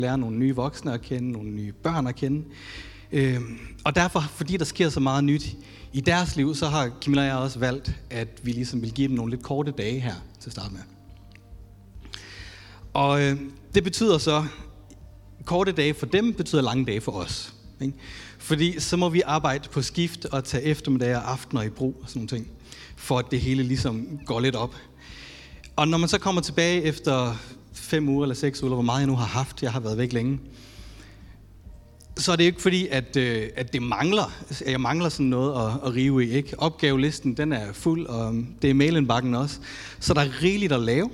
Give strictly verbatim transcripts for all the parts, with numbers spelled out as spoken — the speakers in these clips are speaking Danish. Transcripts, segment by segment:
lære nogle nye voksne at kende, nogle nye børn at kende. Øhm, og derfor, fordi der sker så meget nyt i deres liv, så har Camilla og jeg også valgt, at vi ligesom vil give dem nogle lidt korte dage her til at starte med. Og øh, det betyder så, korte dage for dem betyder lange dage for os. Ikke? Fordi så må vi arbejde på skift og tage eftermiddage og aftener i brug og sådan nogle ting, for at det hele ligesom går lidt op. Og når man så kommer tilbage efter fem uger eller seks uger, hvor meget jeg nu har haft, jeg har været væk længe, så er det ikke fordi, at, øh, at det mangler, at jeg mangler sådan noget at, at rive i. Ikke? Opgavelisten, den er fuld, og det er mailindbakken også. Så der er rigeligt at lave.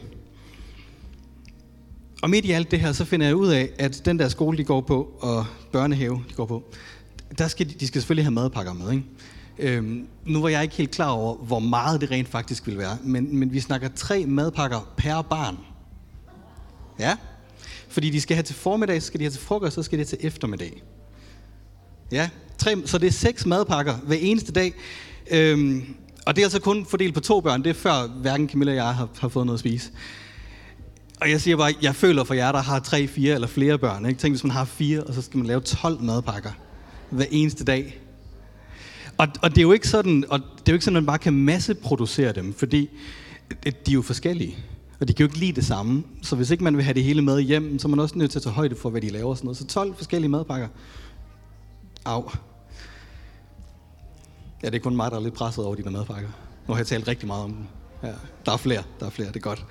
Og midt i alt det her, så finder jeg ud af, at den der skole, de går på, og børnehave, de går på, der skal de, de skal selvfølgelig have madpakker med. Ikke? Øhm, nu var jeg ikke helt klar over, hvor meget det rent faktisk ville være, men, men vi snakker tre madpakker per barn. Ja, fordi de skal have til formiddag, så skal de have til frokost, så skal de have til eftermiddag. Ja, tre, så det er seks madpakker hver eneste dag. Øhm, og det er altså kun fordelt på to børn, det er før hverken Camilla og jeg har, har fået noget at spise. Og jeg siger bare, jeg føler for jer, der har tre, fire eller flere børn. Ikke? Tænk, hvis man har fire, og så skal man lave tolv madpakker hver eneste dag. Og, og det er jo ikke sådan, og det er jo ikke sådan, at man bare kan masseproducere dem, fordi de er jo forskellige. Og de kan jo ikke lide det samme. Så hvis ikke man vil have det hele med hjem, så er man også nødt til at tage højde for, hvad de laver og sådan noget. Så tolv forskellige madpakker. Au. Ja, det er kun mig, der er lidt presset over de der madpakker. Nu har jeg talt rigtig meget om dem. Ja, der er flere, der er flere, det er godt.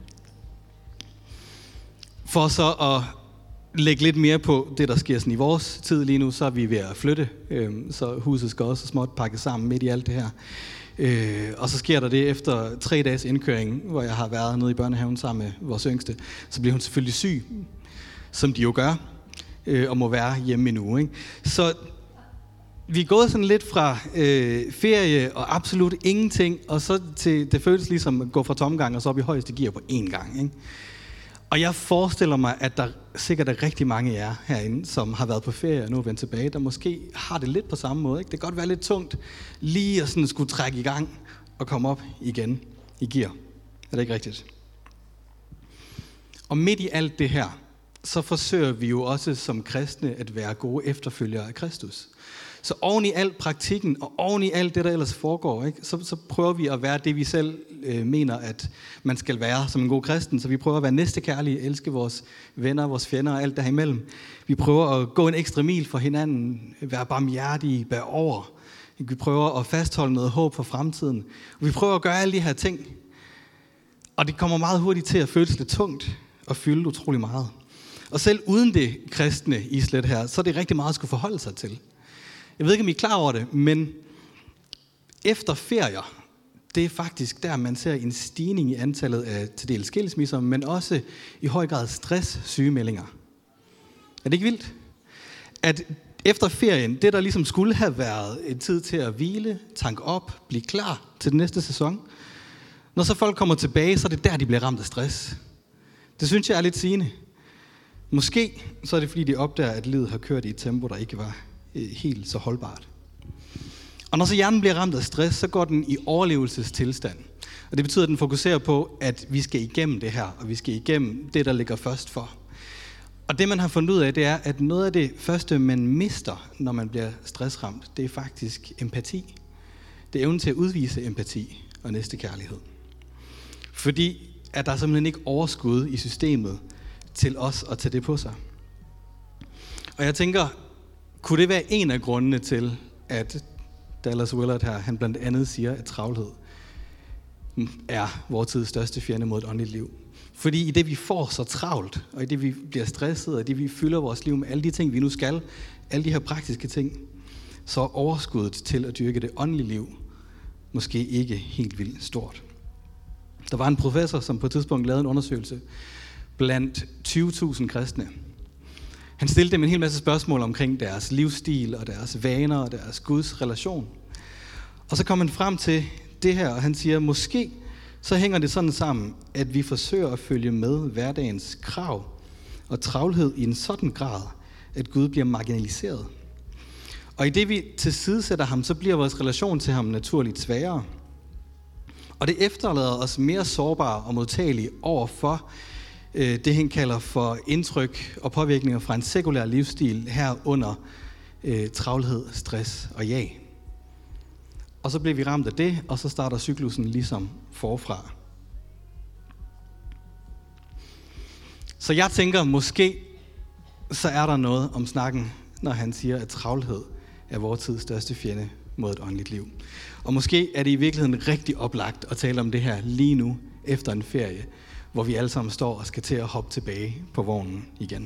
For så at lægge lidt mere på det, der sker sådan i vores tid lige nu, så er vi ved at flytte. Så huset skal også småt pakkes sammen midt i alt det her. Øh, og så sker der det efter tre dages indkøring, hvor jeg har været nede i børnehaven sammen med vores yngste. Så bliver hun selvfølgelig syg, som de jo gør, øh, og må være hjemme en uge. Ikke? Så vi er gået sådan lidt fra øh, ferie og absolut ingenting, og så til det føles ligesom at gå fra tomgang og så op i højeste gear på én gang. Ikke? Og jeg forestiller mig, at der sikkert er rigtig mange af jer herinde, som har været på ferie og nu er vendt tilbage, der måske har det lidt på samme måde. Ikke? Det kan godt være lidt tungt lige at sådan skulle trække i gang og komme op igen i gear. Er det ikke rigtigt? Og midt i alt det her, så forsøger vi jo også som kristne at være gode efterfølgere af Kristus. Så oven i al praktikken og oven i alt det, der ellers foregår, ikke, så, så prøver vi at være det, vi selv øh, mener, at man skal være som en god kristen. Så vi prøver at være næstekærlige, elske vores venner, vores fjender og alt der imellem. Vi prøver at gå en ekstra mil for hinanden, være barmhjertige, bære over. Vi prøver at fastholde noget håb for fremtiden. Og vi prøver at gøre alle de her ting. Og det kommer meget hurtigt til at føles lidt tungt og fylde utrolig meget. Og selv uden det kristne islet her, så er det rigtig meget at skulle forholde sig til. Jeg ved ikke, om I er klar over det, men efter ferier, det er faktisk der, man ser en stigning i antallet af til dels skilsmisser, men også i høj grad stress-sygemeldinger. Er det ikke vildt? At efter ferien, det der ligesom skulle have været en tid til at hvile, tanke op, blive klar til den næste sæson, når så folk kommer tilbage, så er det der, de bliver ramt af stress. Det synes jeg er lidt sigende. Måske så er det, fordi de opdager, at livet har kørt i et tempo, der ikke var helt så holdbart. Og når så hjernen bliver ramt af stress, så går den i overlevelsestilstand. Og det betyder, at den fokuserer på, at vi skal igennem det her, og vi skal igennem det, der ligger først for. Og det, man har fundet ud af, det er, at noget af det første, man mister, når man bliver stressramt, det er faktisk empati. Det er evnen til at udvise empati og næstekærlighed. Fordi at der er simpelthen ikke overskud i systemet til os at tage det på sig. Og jeg tænker, kunne det være en af grundene til, at Dallas Willard her, han blandt andet siger, at travlhed er vores tids største fjende mod et åndeligt liv. Fordi i det, vi får så travlt, og i det, vi bliver stresset, og i det, vi fylder vores liv med alle de ting, vi nu skal, alle de her praktiske ting, så er overskuddet til at dyrke det åndelige liv måske ikke helt vildt stort. Der var en professor, som på et tidspunkt lavede en undersøgelse blandt tyve tusind kristne. Han stillede dem en hel masse spørgsmål omkring deres livsstil og deres vaner og deres Guds relation. Og så kom han frem til det her, og han siger, måske så hænger det sådan sammen, at vi forsøger at følge med hverdagens krav og travlhed i en sådan grad, at Gud bliver marginaliseret. Og i det vi tilsidesætter ham, så bliver vores relation til ham naturligt sværere. Og det efterlader os mere sårbare og modtagelige over for det han kalder for indtryk og påvirkninger fra en sekulær livsstil herunder øh, travlhed, stress og jag. Og så bliver vi ramt af det, og så starter cyklusen ligesom forfra. Så jeg tænker, måske så er der noget om snakken, når han siger, at travlhed er vores tids største fjende mod et åndeligt liv. Og måske er det i virkeligheden rigtig oplagt at tale om det her lige nu, efter en ferie, hvor vi alle sammen står og skal til at hoppe tilbage på vognen igen.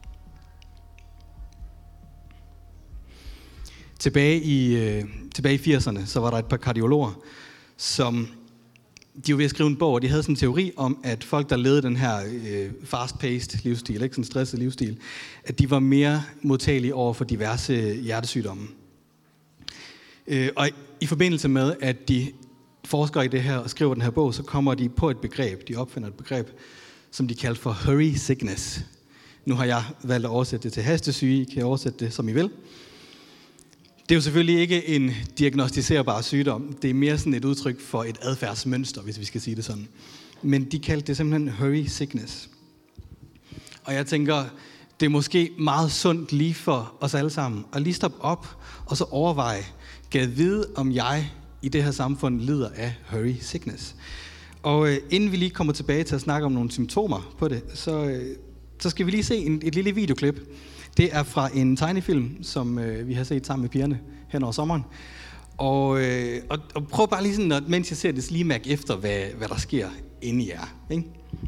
Tilbage i, øh, tilbage i firserne, så var der et par kardiologer, som de var ved at skrive en bog, og de havde sådan en teori om, at folk, der levede den her øh, fast-paced livsstil, ikke sådan stresset livsstil, at de var mere modtagelige over for diverse hjertesygdomme. Øh, og i, i forbindelse med, at de forsker i det her og skriver den her bog, så kommer de på et begreb, de opfinder et begreb, som de kalder for hurry sickness. Nu har jeg valgt at oversætte det til hastesyge, I kan oversætte det, som I vil. Det er jo selvfølgelig ikke en diagnostiserbar sygdom. Det er mere sådan et udtryk for et adfærdsmønster, hvis vi skal sige det sådan. Men de kaldte det simpelthen hurry sickness. Og jeg tænker, det er måske meget sundt lige for os alle sammen at lige stoppe op og så overveje, kan jeg vide, om jeg i det her samfund lider af hurry sickness. Og øh, inden vi lige kommer tilbage til at snakke om nogle symptomer på det, så, øh, så skal vi lige se en, et lille videoklip. Det er fra en tegnefilm, som øh, vi har set sammen med pigerne hen over sommeren. Og, øh, og, og prøv bare lige sådan, at, mens jeg ser det, lige mærke efter, hvad, hvad der sker inde i jer. Ikke?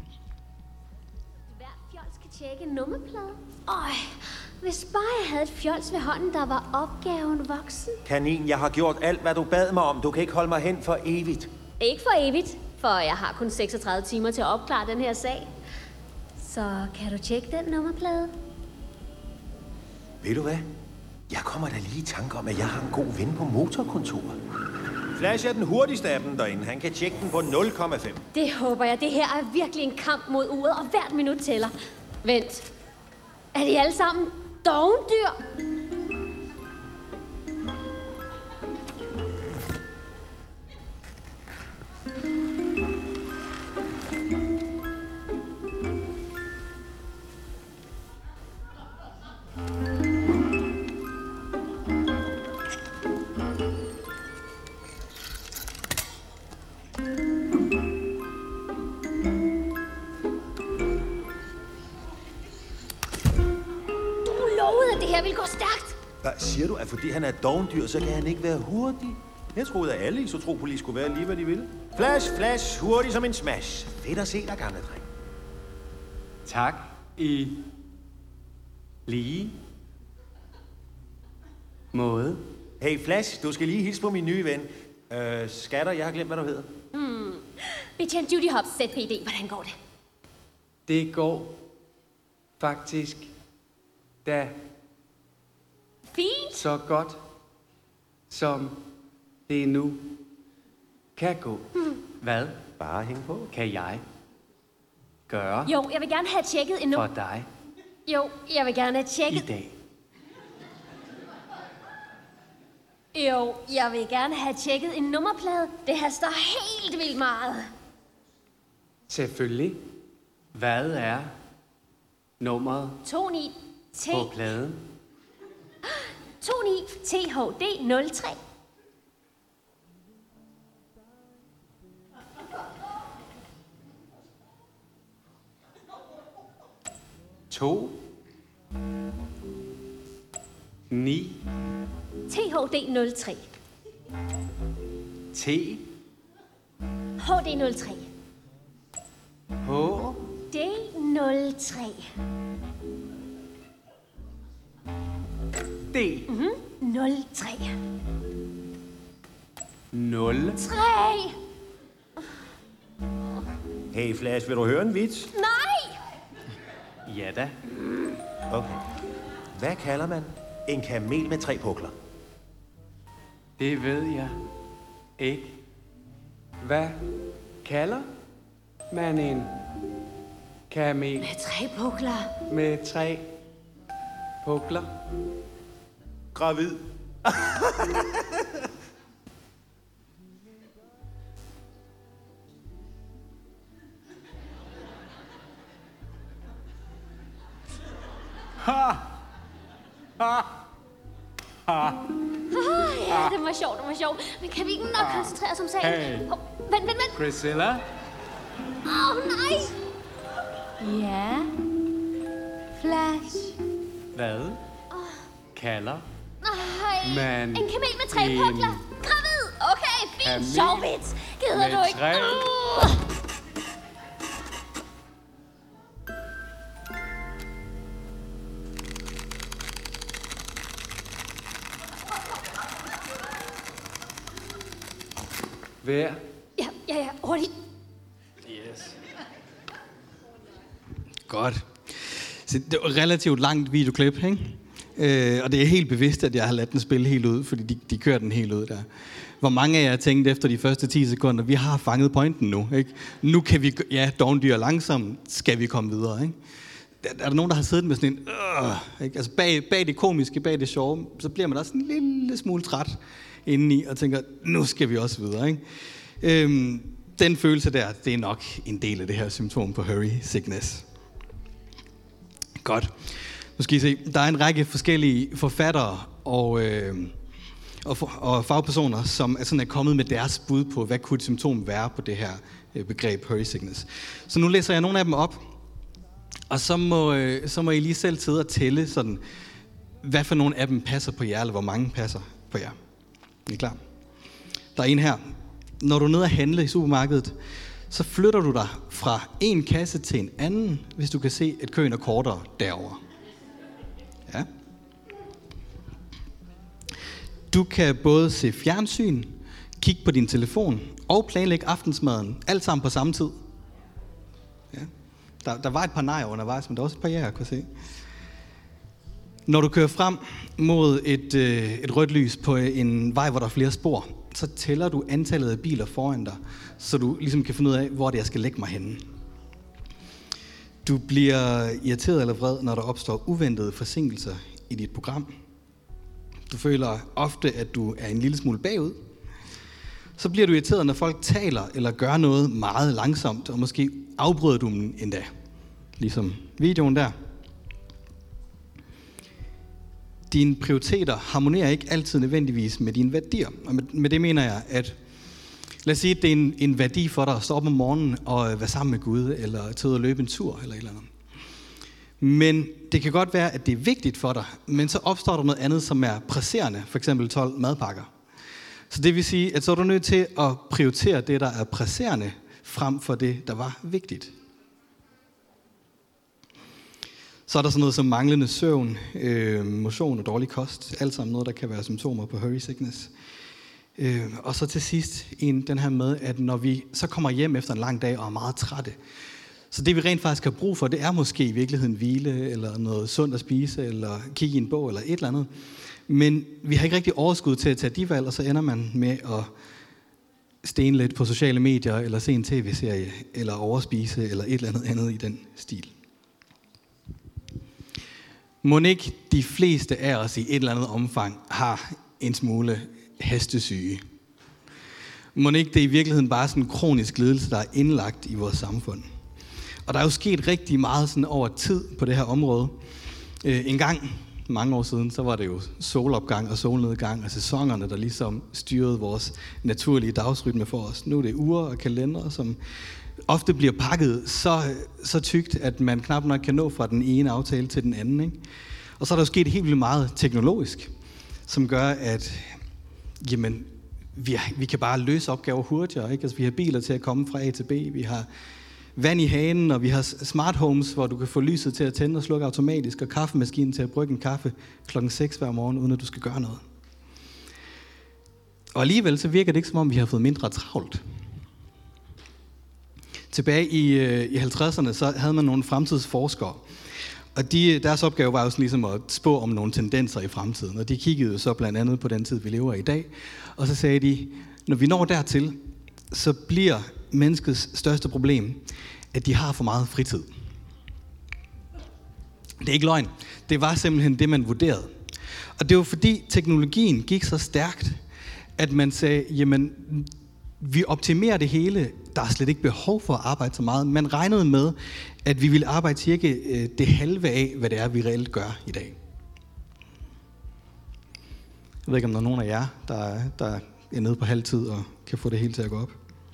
Hver fjols skal tjekke en nummerplade. Øj, hvis bare jeg havde et fjols ved hånden, der var opgaven voksen. Kanin, jeg har gjort alt, hvad du bad mig om. Du kan ikke holde mig hen for evigt. Ikke for evigt, for jeg har kun seksogtredive timer til at opklare den her sag. Så kan du tjekke den nummerplade? Ved du hvad? Jeg kommer da lige i tanke om, at jeg har en god ven på motorkontoret. Flash er den hurtigste af dem derinde. Han kan tjekke den på nul komma fem. Det håber jeg. Det her er virkelig en kamp mod uret, og hvert minut tæller. Vent. Er de alle sammen dovendyr? Hvad siger du, at fordi han er dovendyr, så kan han ikke være hurtig? Jeg troede, at alle isotropolis skulle være lige, hvad de ville. Flash, flash, hurtig som en smash. Fedt at se dig, gamle dreng. Tak i lige måde. Hey Flash, du skal lige hilse på min nye ven. Øh, skatter, jeg har glemt, hvad du hedder. Hmm. Betjent Judy Hobbs, Z P D. Hvordan går det? Det går faktisk da fint. Så godt, som det nu kan gå. Hmm. Hvad? Bare hæng på. Kan jeg gøre? Jo, jeg vil gerne have tjekket en for dig. Jo, jeg vil gerne have tjekket i dag. Jo, jeg vil gerne have tjekket en nummerplade. Det haster helt vildt meget. Selvfølgelig. Hvad er nummeret to ni T på pladen? to ni T H D nul tre. to ni T H D nul tre. T H D nul tre. H D nul tre. D Mhm. nul tre. nul tre. Hey Flash, vil du høre en vits? Nej! Ja da. Okay. Hvad kalder man en kamel med tre pukler? Det ved jeg ikke. Hvad kalder man en kamel Med tre pukler. med tre pukler? Gravid. Oh, ja, det var sjovt, det var sjovt. Men kan vi ikke nok koncentrere os om sagen? Hey. Oh, vent, vent, vent. Priscilla? Åh, oh, nej. Ja. Flash. Hvad kalder Nej. man En kamel med tre en pukler. Gravid. Okay, fint. kamel Sjov vits. Gider med du ikke? tre- Uh. Vær? Ja, ja, ja. Hurtigt. Yes. Godt. Så det var et relativt langt videoklip, ikke? Øh, og det er helt bevidst, at jeg har ladet den spille helt ud, fordi de, de kører den helt ud der. Hvor mange af jer tænkte efter de første ti sekunder, vi har fanget pointen nu, ikke? Nu kan vi, ja, dovendyr langsomt, skal vi komme videre, ikke? Der, er der nogen, der har siddet med sådan en, øh, ikke? Altså bag, bag det komiske, bag det sjove, så bliver man også en lille smule træt indeni, og tænker, nu skal vi også videre, ikke? Øhm, den følelse der, det er nok en del af det her symptom på hurry sickness. Godt. Nu skal I se, der er en række forskellige forfattere og, øh, og, for, og fagpersoner, som er, sådan er kommet med deres bud på, hvad kunne et symptom være på det her øh, begreb hurry sickness. Så nu læser jeg nogle af dem op, og så må, øh, så må I lige selv sidde og tælle, sådan, hvad for nogle af dem passer på jer, eller hvor mange passer på jer. Er I klar? Der er en her. Når du er nede at handle i supermarkedet, så flytter du dig fra en kasse til en anden, hvis du kan se, at køen er kortere derovre. Ja. Du kan både se fjernsyn, kigge på din telefon og planlægge aftensmaden, alt sammen på samme tid. Ja. Der, der var et par nejer undervejs, men der var også et par ja, jeg kunne se. Når du kører frem mod et, øh, et rødt lys på en vej, hvor der er flere spor, så tæller du antallet af biler foran dig, så du ligesom kan finde ud af, hvor det er, jeg skal lægge mig henne. Du bliver irriteret eller vred, når der opstår uventede forsinkelser i dit program. Du føler ofte, at du er en lille smule bagud. Så bliver du irriteret, når folk taler eller gør noget meget langsomt, og måske afbryder du dem endda. Ligesom videoen der. Dine prioriteter harmonerer ikke altid nødvendigvis med dine værdier. Og med, med det mener jeg, at lad os sige, at det er en, en værdi for dig at stå op om morgenen og være sammen med Gud, eller tage ud og løbe en tur, eller et eller andet. Men det kan godt være, at det er vigtigt for dig, men så opstår der noget andet, som er presserende, for eksempel tolv madpakker. Så det vil sige, at så er du nødt til at prioritere det, der er presserende, frem for det, der var vigtigt. Så er der sådan noget som manglende søvn, øh, motion og dårlig kost. Alt sammen noget, der kan være symptomer på hurry sickness. Øh, og så til sidst en, den her med, at når vi så kommer hjem efter en lang dag og er meget trætte, så det vi rent faktisk har brug for, det er måske i virkeligheden hvile, eller noget sundt at spise, eller kigge i en bog, eller et eller andet. Men vi har ikke rigtig overskud til at tage de valg, og så ender man med at stene lidt på sociale medier, eller se en tv-serie, eller overspise, eller et eller andet andet i den stil. Mon ikke de fleste af os i et eller andet omfang har en smule hestesyge? Mon ikke det i virkeligheden bare sådan en kronisk lidelse, der er indlagt i vores samfund? Og der er jo sket rigtig meget sådan over tid på det her område. Øh, en gang, mange år siden, så var det jo solopgang og solnedgang og sæsonerne, der ligesom styrede vores naturlige dagsrytme for os. Nu er det uger og kalendere, som ofte bliver pakket så, så tykt, at man knap nok kan nå fra den ene aftale til den anden, ikke? Og så er der jo sket helt vildt meget teknologisk, som gør, at jamen, vi, vi kan bare løse opgaver hurtigere, ikke? Altså, vi har biler til at komme fra A til B, vi har vand i hanen, og vi har smart homes, hvor du kan få lyset til at tænde og slukke automatisk, og kaffemaskinen til at brygge en kaffe klokken seks hver morgen, uden at du skal gøre noget. Og alligevel så virker det ikke, som om vi har fået mindre travlt. Tilbage i, øh, i halvtredserne, så havde man nogle fremtidsforskere, og de, deres opgave var jo sådan ligesom at spå om nogle tendenser i fremtiden, og de kiggede så blandt andet på den tid, vi lever i i dag, og så sagde de, når vi når dertil, så bliver menneskets største problem, at de har for meget fritid. Det er ikke løgn. Det var simpelthen det, man vurderede. Og det var fordi teknologien gik så stærkt, at man sagde, jamen, vi optimerer det hele. Der er slet ikke behov for at arbejde så meget. Man regnede med, at vi ville arbejde cirka det halve af, hvad det er, vi reelt gør i dag. Jeg ved ikke, om der er nogen af jer, der, der er nede på halv tid og kan få det hele til at gå op.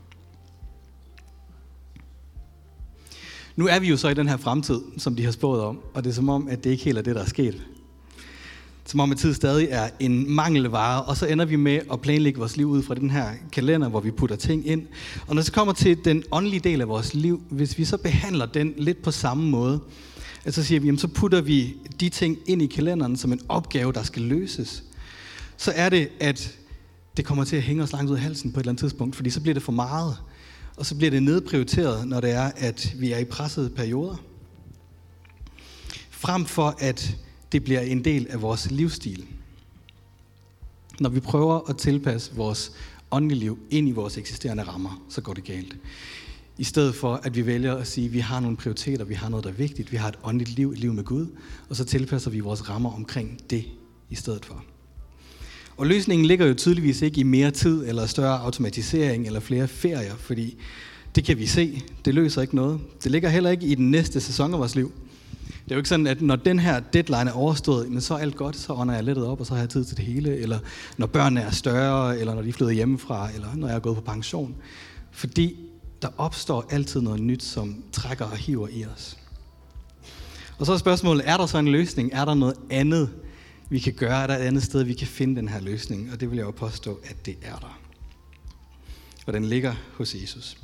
Nu er vi jo så i den her fremtid, som de har spået om, og det er som om, at det ikke helt er det, der er sket. Som om, at tid stadig er en mangelvare, og så ender vi med at planlægge vores liv ud fra den her kalender, hvor vi putter ting ind. Og når det kommer til den åndelige del af vores liv, hvis vi så behandler den lidt på samme måde, så siger vi, jamen, så putter vi de ting ind i kalenderen som en opgave, der skal løses. Så er det, at det kommer til at hænge os langt ud af halsen på et eller andet tidspunkt, fordi så bliver det for meget. Og så bliver det nedprioriteret, når det er, at vi er i pressede perioder. Frem for, at det bliver en del af vores livsstil. Når vi prøver at tilpasse vores åndelige liv ind i vores eksisterende rammer, så går det galt. I stedet for, at vi vælger at sige, at vi har nogle prioriteter, vi har noget, der er vigtigt, vi har et åndeligt liv, et liv med Gud, og så tilpasser vi vores rammer omkring det i stedet for. Og løsningen ligger jo tydeligvis ikke i mere tid, eller større automatisering, eller flere ferier, fordi det kan vi se, det løser ikke noget. Det ligger heller ikke i den næste sæson af vores liv. Det er jo ikke sådan, at når den her deadline er overstået, men så er alt godt, så ånder jeg lettet op, og så har jeg tid til det hele. Eller når børnene er større, eller når de flytter hjemmefra, eller når jeg er gået på pension. Fordi der opstår altid noget nyt, som trækker og hiver i os. Og så er spørgsmålet, er der så en løsning? Er der noget andet, vi kan gøre? Er der et andet sted, vi kan finde den her løsning? Og det vil jeg jo påstå, at det er der. Og den ligger hos Jesus.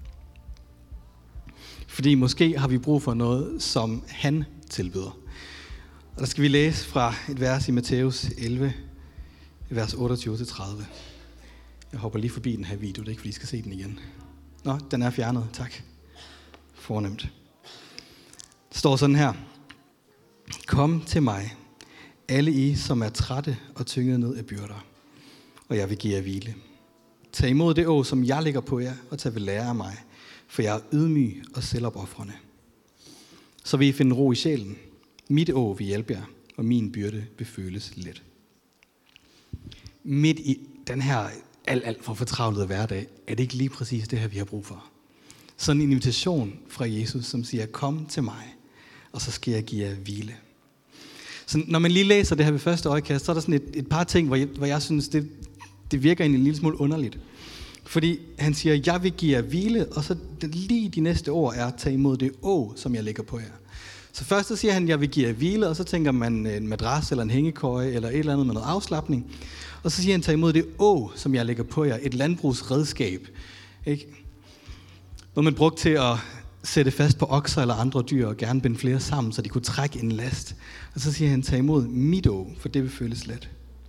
Fordi måske har vi brug for noget, som han tilbyder. Og der skal vi læse fra et vers i Matthæus elleve, vers otteogtyve til tredive. Jeg hopper lige forbi den her video, det er ikke fordi I skal se den igen. Nå, den er fjernet, tak. Fornemt. Det står sådan her. Kom til mig, alle I, som er trætte og tynget ned af byrder, og jeg vil give jer hvile. Tag imod det åg, som jeg lægger på jer, og tag ved lære af mig, for jeg er ydmyg og selvopofrende. Så vil I finde ro i sjælen. Mit åg vil hjælpe jer, og min byrde vil føles let. Midt i den her alt, alt for fortravlede hverdag, er det ikke lige præcis det her, vi har brug for. Sådan en invitation fra Jesus, som siger, kom til mig, og så skal jeg give jer hvile. Så når man lige læser det her ved første øjekast, så er der sådan et, et par ting, hvor jeg, hvor jeg synes, det, det virker egentlig en lille smule underligt. Fordi han siger, jeg vil give jer hvile, og så lige de næste ord er, tag imod det åg, som jeg lægger på jer. Så først så siger han, jeg vil give jer hvile, og så tænker man en madras eller en hængekøje, eller et eller andet med noget afslapning. Og så siger han, tag imod det åg, som jeg lægger på jer, et landbrugsredskab. Ikke? Noget man brugte til at sætte fast på okser eller andre dyr, og gerne binde flere sammen, så de kunne trække en last. Og så siger han, tag imod mit åg, for det vil føles let.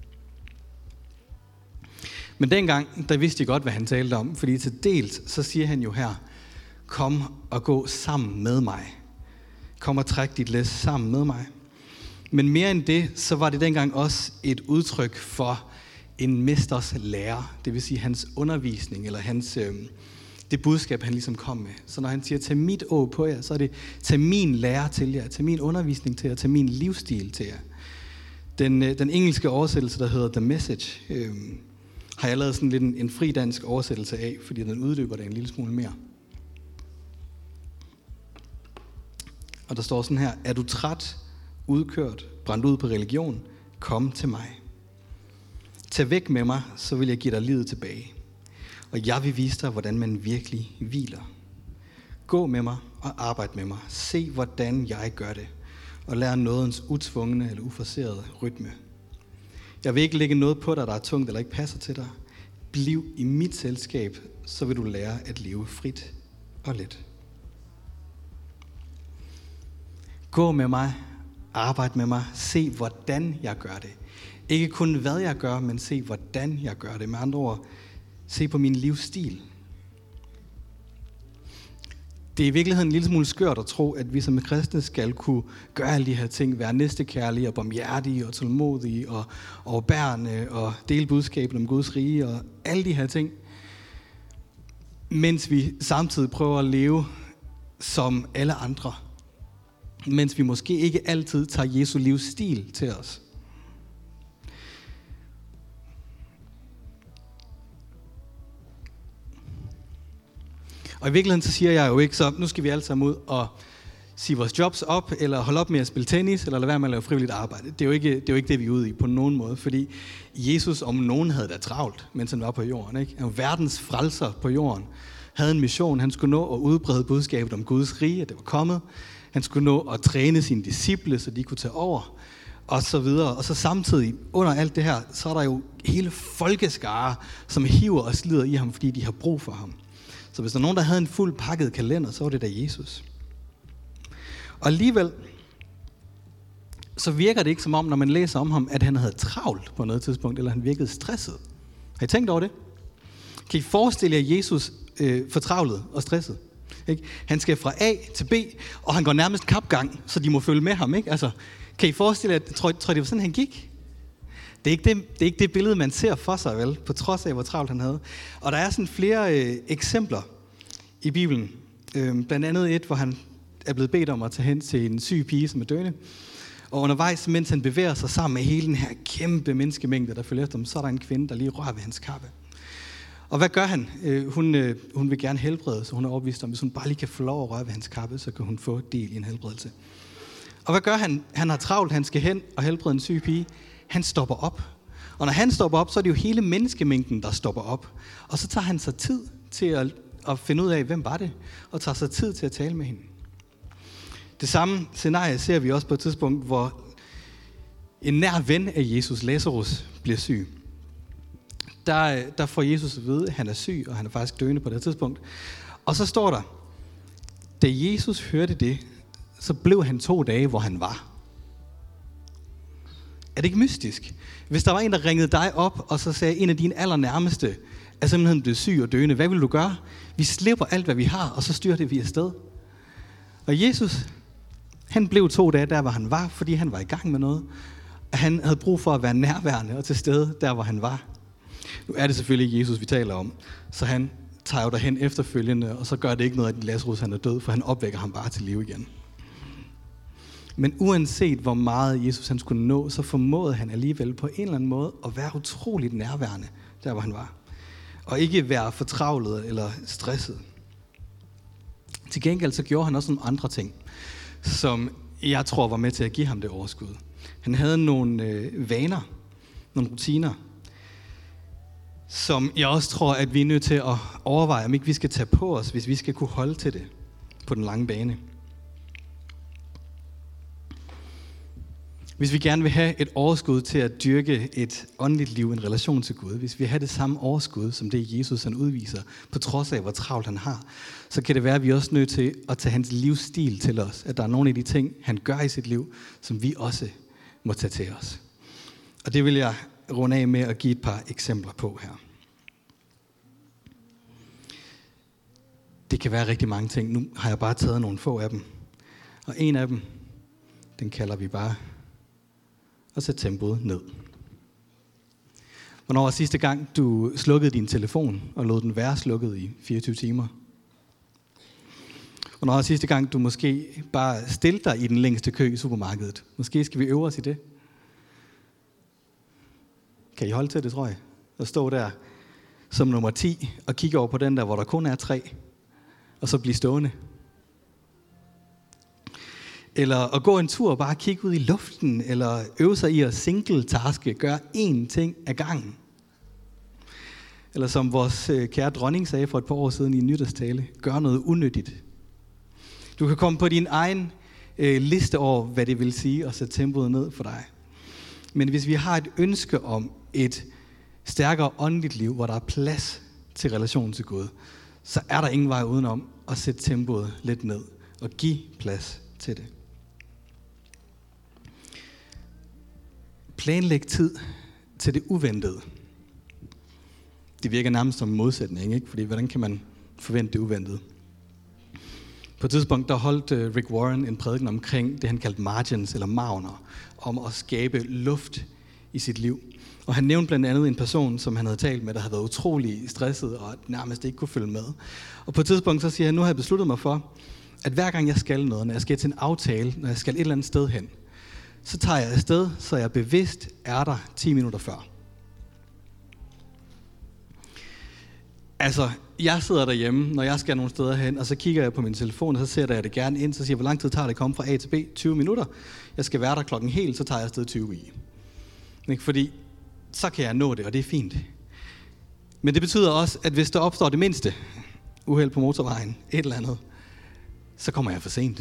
Men dengang, der vidste de godt, hvad han talte om, fordi til dels, så siger han jo her, kom og gå sammen med mig. Kom og træk dit læs sammen med mig. Men mere end det, så var det dengang også et udtryk for en mesters lærer, det vil sige hans undervisning, eller hans, øh, det budskab, han ligesom kom med. Så når han siger, tag mit åg på jer, så er det, tag min lære til jer, tag min undervisning til jer, tag min livsstil til jer. Den, øh, den engelske oversættelse, der hedder The Message, øh, har jeg lavet sådan lidt en, en fri dansk oversættelse af, fordi den uddyber det en lille smule mere. Og der står sådan her, er du træt, udkørt, brændt ud på religion, kom til mig. Tag væk med mig, så vil jeg give dig livet tilbage. Og jeg vil vise dig, hvordan man virkelig hviler. Gå med mig og arbejd med mig. Se, hvordan jeg gør det. Og lær nådens utvungne eller uforcerede rytme. Jeg vil ikke lægge noget på dig, der er tungt eller ikke passer til dig. Bliv i mit selskab, så vil du lære at leve frit og let. Gå med mig, arbejd med mig, se hvordan jeg gør det. Ikke kun hvad jeg gør, men se hvordan jeg gør det. Med andre ord, se på min livsstil. Det er i virkeligheden en lille smule skørt at tro, at vi som kristne skal kunne gøre alle de her ting, være næstekærlige og barmhjertige og tålmodige og overbærende og dele budskabet om Guds rige og alle de her ting, mens vi samtidig prøver at leve som alle andre, mens vi måske ikke altid tager Jesu livsstil til os. Og i virkeligheden så siger jeg jo ikke så, nu skal vi alle sammen ud og sige vores jobs op, eller holde op med at spille tennis, eller lade være med at lave frivilligt arbejde. Det er jo ikke det, er jo ikke det vi er ude i på nogen måde, fordi Jesus om nogen havde da travlt, mens han var på jorden. Ikke? Han var verdens frelser på jorden, havde en mission. Han skulle nå at udbrede budskabet om Guds rige, at det var kommet. Han skulle nå at træne sine disciple, så de kunne tage over, og så videre. Og så samtidig, under alt det her, så er der jo hele folkeskare, som hiver og slider i ham, fordi de har brug for ham. Så hvis der er nogen, der havde en fuld pakket kalender, så var det da Jesus. Og alligevel, så virker det ikke som om, når man læser om ham, at han havde travlt på noget tidspunkt, eller han virkede stresset. Har I tænkt over det? Kan I forestille jer Jesus øh, fortravlet og stresset? Ikke? Han skal fra A til B, og han går nærmest kapgang, så de må følge med ham. Ikke? Altså, kan I forestille jer, at tror, tror I, det var sådan, han gik? Det er, ikke det, det er ikke det billede, man ser for sig, vel? På trods af, hvor travlt han havde. Og der er sådan flere øh, eksempler i Bibelen. Øh, blandt andet et, hvor han er blevet bedt om at tage hen til en syg pige, som er døende. Og undervejs, mens han bevæger sig sammen med hele den her kæmpe menneskemængde, der følger efter ham, så er der en kvinde, der lige rører ved hans kappe. Og hvad gør han? Øh, hun, øh, hun vil gerne helbrede, så hun er overbevist om, hvis hun bare lige kan få lov at røre ved hans kappe, så kan hun få del i en helbredelse. Og hvad gør han? Han har travlt, han skal hen og helbrede en syg pige. Han stopper op. Og når han stopper op, så er det jo hele menneskemængden, der stopper op. Og så tager han sig tid til at, at finde ud af, hvem var det, og tager sig tid til at tale med hende. Det samme scenarie ser vi også på et tidspunkt, hvor en nær ven af Jesus, Lazarus, bliver syg. Der, der får Jesus at vide, at han er syg, og han er faktisk døende på det tidspunkt. Og så står der, da Jesus hørte det, så blev han to dage, hvor han var. Er det ikke mystisk? Hvis der var en, der ringede dig op, og så sagde, en af dine allernærmeste er simpelthen blevet syg og døende, hvad vil du gøre? Vi slipper alt, hvad vi har, og så styrer det vi afsted. Og Jesus, han blev to dage der, hvor han var, fordi han var i gang med noget. Han havde brug for at være nærværende og til stede der, hvor han var. Nu er det selvfølgelig ikke Jesus, vi taler om, så han tager jo derhen efterfølgende, og så gør det ikke noget, at Lazarus han er død, for han opvækker ham bare til liv igen. Men uanset hvor meget Jesus han skulle nå, så formåede han alligevel på en eller anden måde at være utroligt nærværende, der hvor han var. Og ikke være fortravlet eller stresset. Til gengæld så gjorde han også nogle andre ting, som jeg tror var med til at give ham det overskud. Han havde nogle øh, vaner, nogle rutiner, som jeg også tror, at vi er nødt til at overveje, om ikke vi skal tage på os, hvis vi skal kunne holde til det på den lange bane. Hvis vi gerne vil have et overskud til at dyrke et åndeligt liv, en relation til Gud, hvis vi har det samme overskud, som det Jesus han udviser, på trods af, hvor travlt han har, så kan det være, at vi er også nødt til at tage hans livsstil til os. At der er nogle af de ting, han gør i sit liv, som vi også må tage til os. Og det vil jeg runde af med at give et par eksempler på her. Det kan være rigtig mange ting. Nu har jeg bare taget nogle få af dem. Og en af dem, den kalder vi bare og sæt tempoet ned. Hvornår var sidste gang, du slukkede din telefon og lod den være slukket i fireogtyve timer? Hvornår var sidste gang, du måske bare stillede dig i den længste kø i supermarkedet? Måske skal vi øve os i det. Kan I holde til det, tror jeg? At stå der som nummer ti og kigge over på den der, hvor der kun er tre, og så blive stående. Eller at gå en tur og bare kigge ud i luften, eller øve sig i at single-taske, gøre én ting ad gangen. Eller som vores kære dronning sagde for et par år siden i en nytårstale, gør noget unyttigt. Du kan komme på din egen øh, liste over, hvad det vil sige at sætte tempoet ned for dig. Men hvis vi har et ønske om et stærkere åndeligt liv, hvor der er plads til relationen til Gud, så er der ingen vej udenom at sætte tempoet lidt ned og give plads til det. Planlæg tid til det uventede. Det virker nærmest som en modsætning, ikke? Fordi hvordan kan man forvente det uventede? På et tidspunkt der holdt Rick Warren en prædiken omkring det, han kaldte margins eller marginer, om at skabe luft i sit liv. Og han nævnte blandt andet en person, som han havde talt med, der havde været utrolig stresset og nærmest ikke kunne følge med. Og på et tidspunkt så siger han, nu har jeg besluttet mig for, at hver gang jeg skal noget, når jeg skal til en aftale, når jeg skal et eller andet sted hen, så tager jeg afsted, så jeg bevidst er der ti minutter før. Altså, jeg sidder derhjemme, når jeg skal nogle steder hen, og så kigger jeg på min telefon, og så sætter jeg det gerne ind, så siger jeg, hvor lang tid tager det at komme fra A til B? tyve minutter. Jeg skal være der klokken helt, så tager jeg afsted tyve i. Ikke? Fordi så kan jeg nå det, og det er fint. Men det betyder også, at hvis der opstår det mindste uheld på motorvejen, et eller andet, så kommer jeg for sent.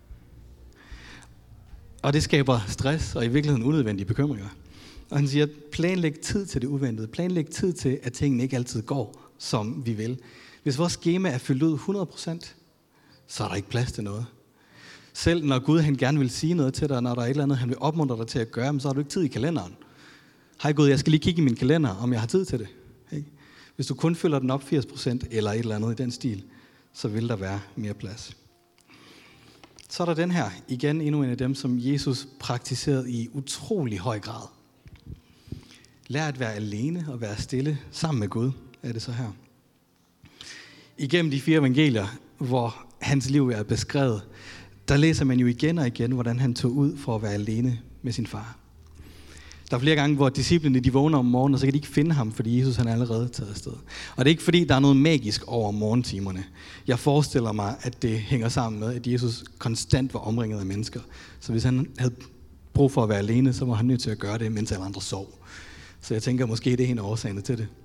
Og det skaber stress og i virkeligheden unødvendige bekymringer. Og han siger, planlæg tid til det uventede. Planlæg tid til, at tingene ikke altid går, som vi vil. Hvis vores skema er fyldt ud hundrede procent, så er der ikke plads til noget. Selv når Gud han gerne vil sige noget til dig, når der er et eller andet, han vil opmuntre dig til at gøre, så har du ikke tid i kalenderen. Hej Gud, jeg skal lige kigge i min kalender, om jeg har tid til det. Ikke? Hvis du kun fylder den op firs procent eller et eller andet i den stil, så vil der være mere plads. Så er der den her, igen endnu en af dem, som Jesus praktiserede i utrolig høj grad. Lær at være alene og være stille sammen med Gud, er det så her. Igennem de fire evangelier, hvor hans liv er beskrevet, der læser man jo igen og igen, hvordan han tog ud for at være alene med sin far. Der er flere gange, hvor disciplene de vågner om morgenen, og så kan de ikke finde ham, fordi Jesus han er allerede taget afsted. Og det er ikke fordi, der er noget magisk over morgentimerne. Jeg forestiller mig, at det hænger sammen med, at Jesus konstant var omringet af mennesker. Så hvis han havde brug for at være alene, så var han nødt til at gøre det, mens alle andre sov. Så jeg tænker, måske det er en af årsagerne til det.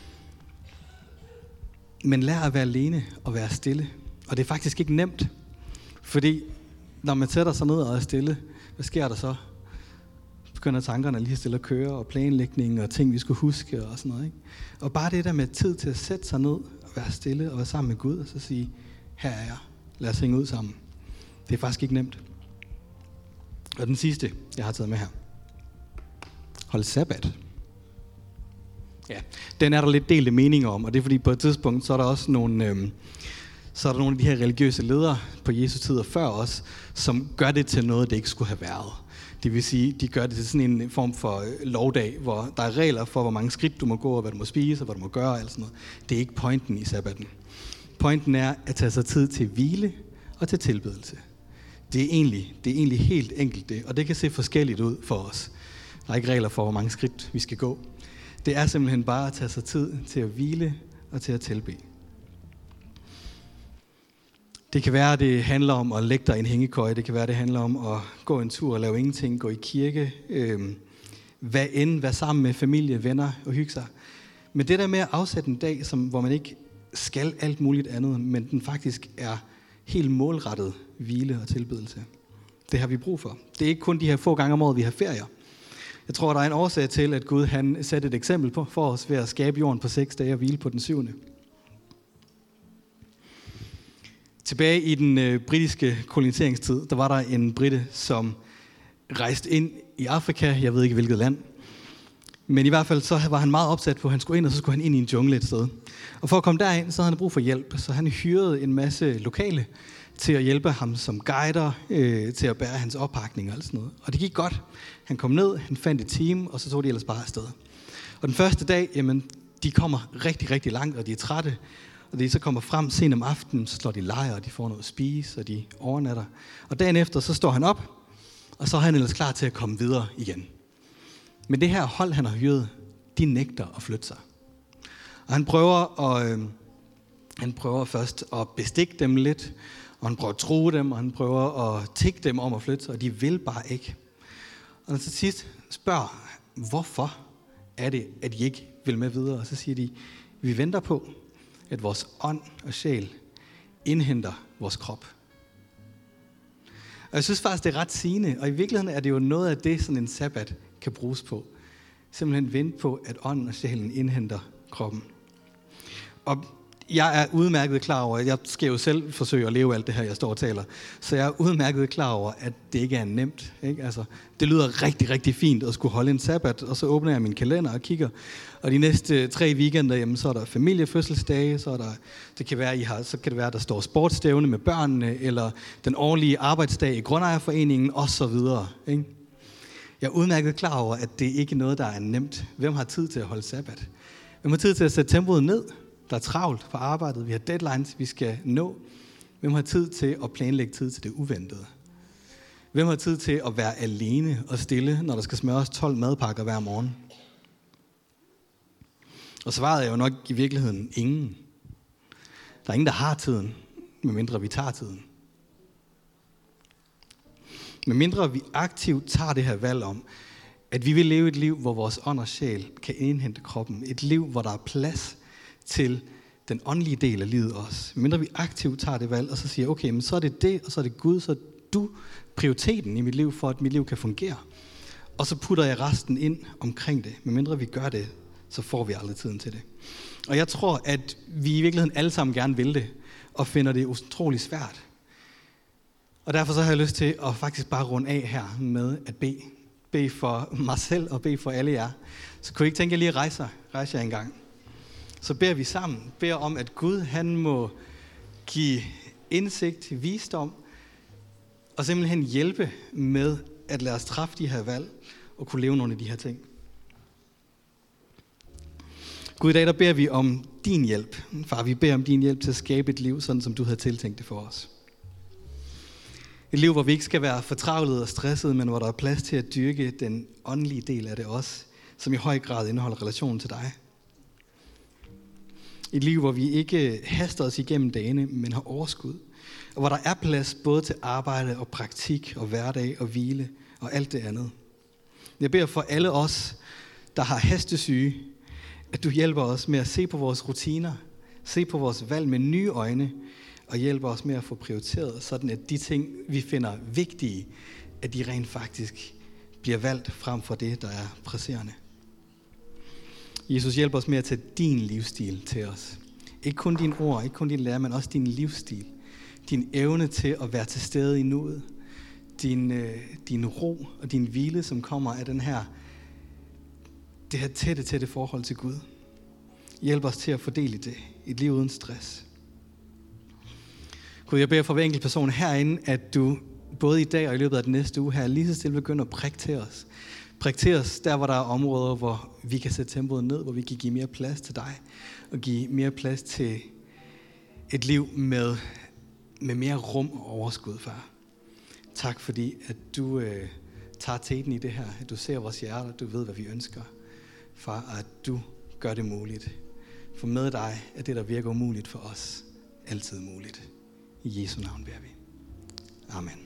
Men lær at være alene og være stille. Og det er faktisk ikke nemt. Fordi når man sætter sig ned og er stille, hvad sker der så? Begynder tankerne lige stille at køre, og planlægning og ting, vi skulle huske og sådan noget. Ikke? Og bare det der med tid til at sætte sig ned og være stille og være sammen med Gud, og så sige, her er jeg, lad os hænge ud sammen. Det er faktisk ikke nemt. Og den sidste, jeg har taget med her. Hold sabbat. Ja, den er der lidt delte meninger om, og det er fordi på et tidspunkt, så er der også nogle, øhm, så er der nogle af de her religiøse ledere på Jesu tid og før os, som gør det til noget, det ikke skulle have været. Det vil sige, de gør det til sådan en form for lovdag, hvor der er regler for, hvor mange skridt du må gå, og hvad du må spise, og hvad du må gøre, og alt sådan noget. Det er ikke pointen i sabbaten. Pointen er at tage sig tid til hvile og til tilbedelse. Det er egentlig, det er egentlig helt enkelt det, og det kan se forskelligt ud for os. Der er ikke regler for, hvor mange skridt vi skal gå. Det er simpelthen bare at tage sig tid til at hvile og til at tilbede. Det kan være, at det handler om at lægge dig i en hængekøje. Det kan være, at det handler om at gå en tur og lave ingenting, gå i kirke. Øh, hvad end, være sammen med familie, venner og hygge sig. Men det der med at afsætte en dag, som, hvor man ikke skal alt muligt andet, men den faktisk er helt målrettet hvile og tilbedelse. Det har vi brug for. Det er ikke kun de her få gange om året, vi har ferier. Jeg tror, der er en årsag til, at Gud han satte et eksempel på for os ved at skabe jorden på seks dage og hvile på den syvende. Tilbage i den øh, britiske koloniseringstid, der var der en brite, som rejste ind i Afrika, jeg ved ikke hvilket land. Men i hvert fald så var han meget opsat på, at han skulle ind, og så skulle han ind i en jungle et sted. Og for at komme derind, så havde han brug for hjælp, så han hyrede en masse lokale til at hjælpe ham som guider, øh, til at bære hans oppakning og alt sådan noget. Og det gik godt. Han kom ned, han fandt et team, og så tog de ellers bare afsted. Og den første dag, jamen, de kommer rigtig, rigtig langt, og de er trætte. Og de så kommer frem sent om aftenen, så slår de lejr, og de får noget at spise, og de overnatter. Og dagen efter, så står han op, og så er han ellers klar til at komme videre igen. Men det her hold, han har hyret, de nægter at flytte sig. Og han prøver, at, øh, han prøver først at bestikke dem lidt, og han prøver at true dem, og han prøver at tigge dem om at flytte sig, og de vil bare ikke. Og til sidst spørger, hvorfor er det, at I ikke vil med videre? Og så siger de, vi venter på, at vores ånd og sjæl indhenter vores krop. Og jeg synes faktisk, det er ret sigende, og i virkeligheden er det jo noget af det, sådan en sabbat kan bruges på. Simpelthen vente på, at ånden og sjælen indhenter kroppen. Og jeg er udmærket klar over, at jeg skal jo selv forsøge at leve alt det her, jeg står og taler. Så jeg er udmærket klar over, at det ikke er nemt. Ikke? Altså, det lyder rigtig, rigtig fint at skulle holde en sabbat, og så åbner jeg min kalender og kigger. Og de næste tre weekender, jamen, så er der familiefødselsdage, så er der, det kan være, I har, så kan det være, der står sportsstævne med børnene, eller den årlige arbejdsdag i Grundejerforeningen, osv. Ikke? Jeg er udmærket klar over, at det ikke er noget, der er nemt. Hvem har tid til at holde sabbat? Hvem har tid til at sætte tempoet ned? Der er travlt på arbejdet, vi har deadlines, vi skal nå. Hvem har tid til at planlægge tid til det uventede? Hvem har tid til at være alene og stille, når der skal smøres tolv madpakker hver morgen? Og svaret er jo nok i virkeligheden ingen. Der er ingen, der har tiden, medmindre vi tager tiden. Medmindre vi aktivt tager det her valg om, at vi vil leve et liv, hvor vores ånd og sjæl kan indhente kroppen. Et liv, hvor der er plads til den åndelige del af livet også. Medmindre vi aktivt tager det valg, og så siger, okay, men så er det det, og så er det Gud, så er du prioriteten i mit liv, for at mit liv kan fungere. Og så putter jeg resten ind omkring det. Medmindre vi gør det, så får vi aldrig tiden til det. Og jeg tror, at vi i virkeligheden alle sammen gerne vil det, og finder det utroligt svært. Og derfor så har jeg lyst til at faktisk bare runde af her med at bede. Bede for mig selv og bede for alle jer. Så kunne I ikke tænke jer lige at rejse, rejse jer en gang. Så beder vi sammen. Beder om, at Gud han må give indsigt, visdom, og simpelthen hjælpe med at lade os træffe de her valg, og kunne leve nogle af de her ting. Gud, i dag der beder vi om din hjælp. Far, vi beder om din hjælp til at skabe et liv, sådan som du havde tiltænkt det for os. Et liv, hvor vi ikke skal være fortravlet og stresset, men hvor der er plads til at dyrke den åndelige del af det også, som i høj grad indeholder relationen til dig. Et liv, hvor vi ikke haster os igennem dagene, men har overskud. Og hvor der er plads både til arbejde og praktik og hverdag og hvile og alt det andet. Jeg beder for alle os, der har hestesyge, at du hjælper os med at se på vores rutiner, se på vores valg med nye øjne, og hjælper os med at få prioriteret, sådan at de ting, vi finder vigtige, at de rent faktisk bliver valgt frem for det, der er presserende. Jesus, hjælper os med at tage din livsstil til os. Ikke kun dine ord, ikke kun din lære, men også din livsstil. Din evne til at være til stede i nuet. Din, øh, din ro og din hvile, som kommer af den her, det her tætte, tætte forhold til Gud. Hjælp os til at fordele det. Et liv uden stress. Gud, jeg beder for hver enkelt person herinde, at du både i dag og i løbet af den næste uge her, lige så stille begynder at prikke til os. Prik til os der, hvor der er områder, hvor vi kan sætte tempoet ned, hvor vi kan give mere plads til dig, og give mere plads til et liv med, med mere rum og overskud, far. Tak fordi, at du øh, tager teten i det her, at du ser vores hjerter, du ved, hvad vi ønsker, far, og at du gør det muligt. For med dig er det, der virker umuligt for os, altid muligt. I Jesu navn beder vi. Amen.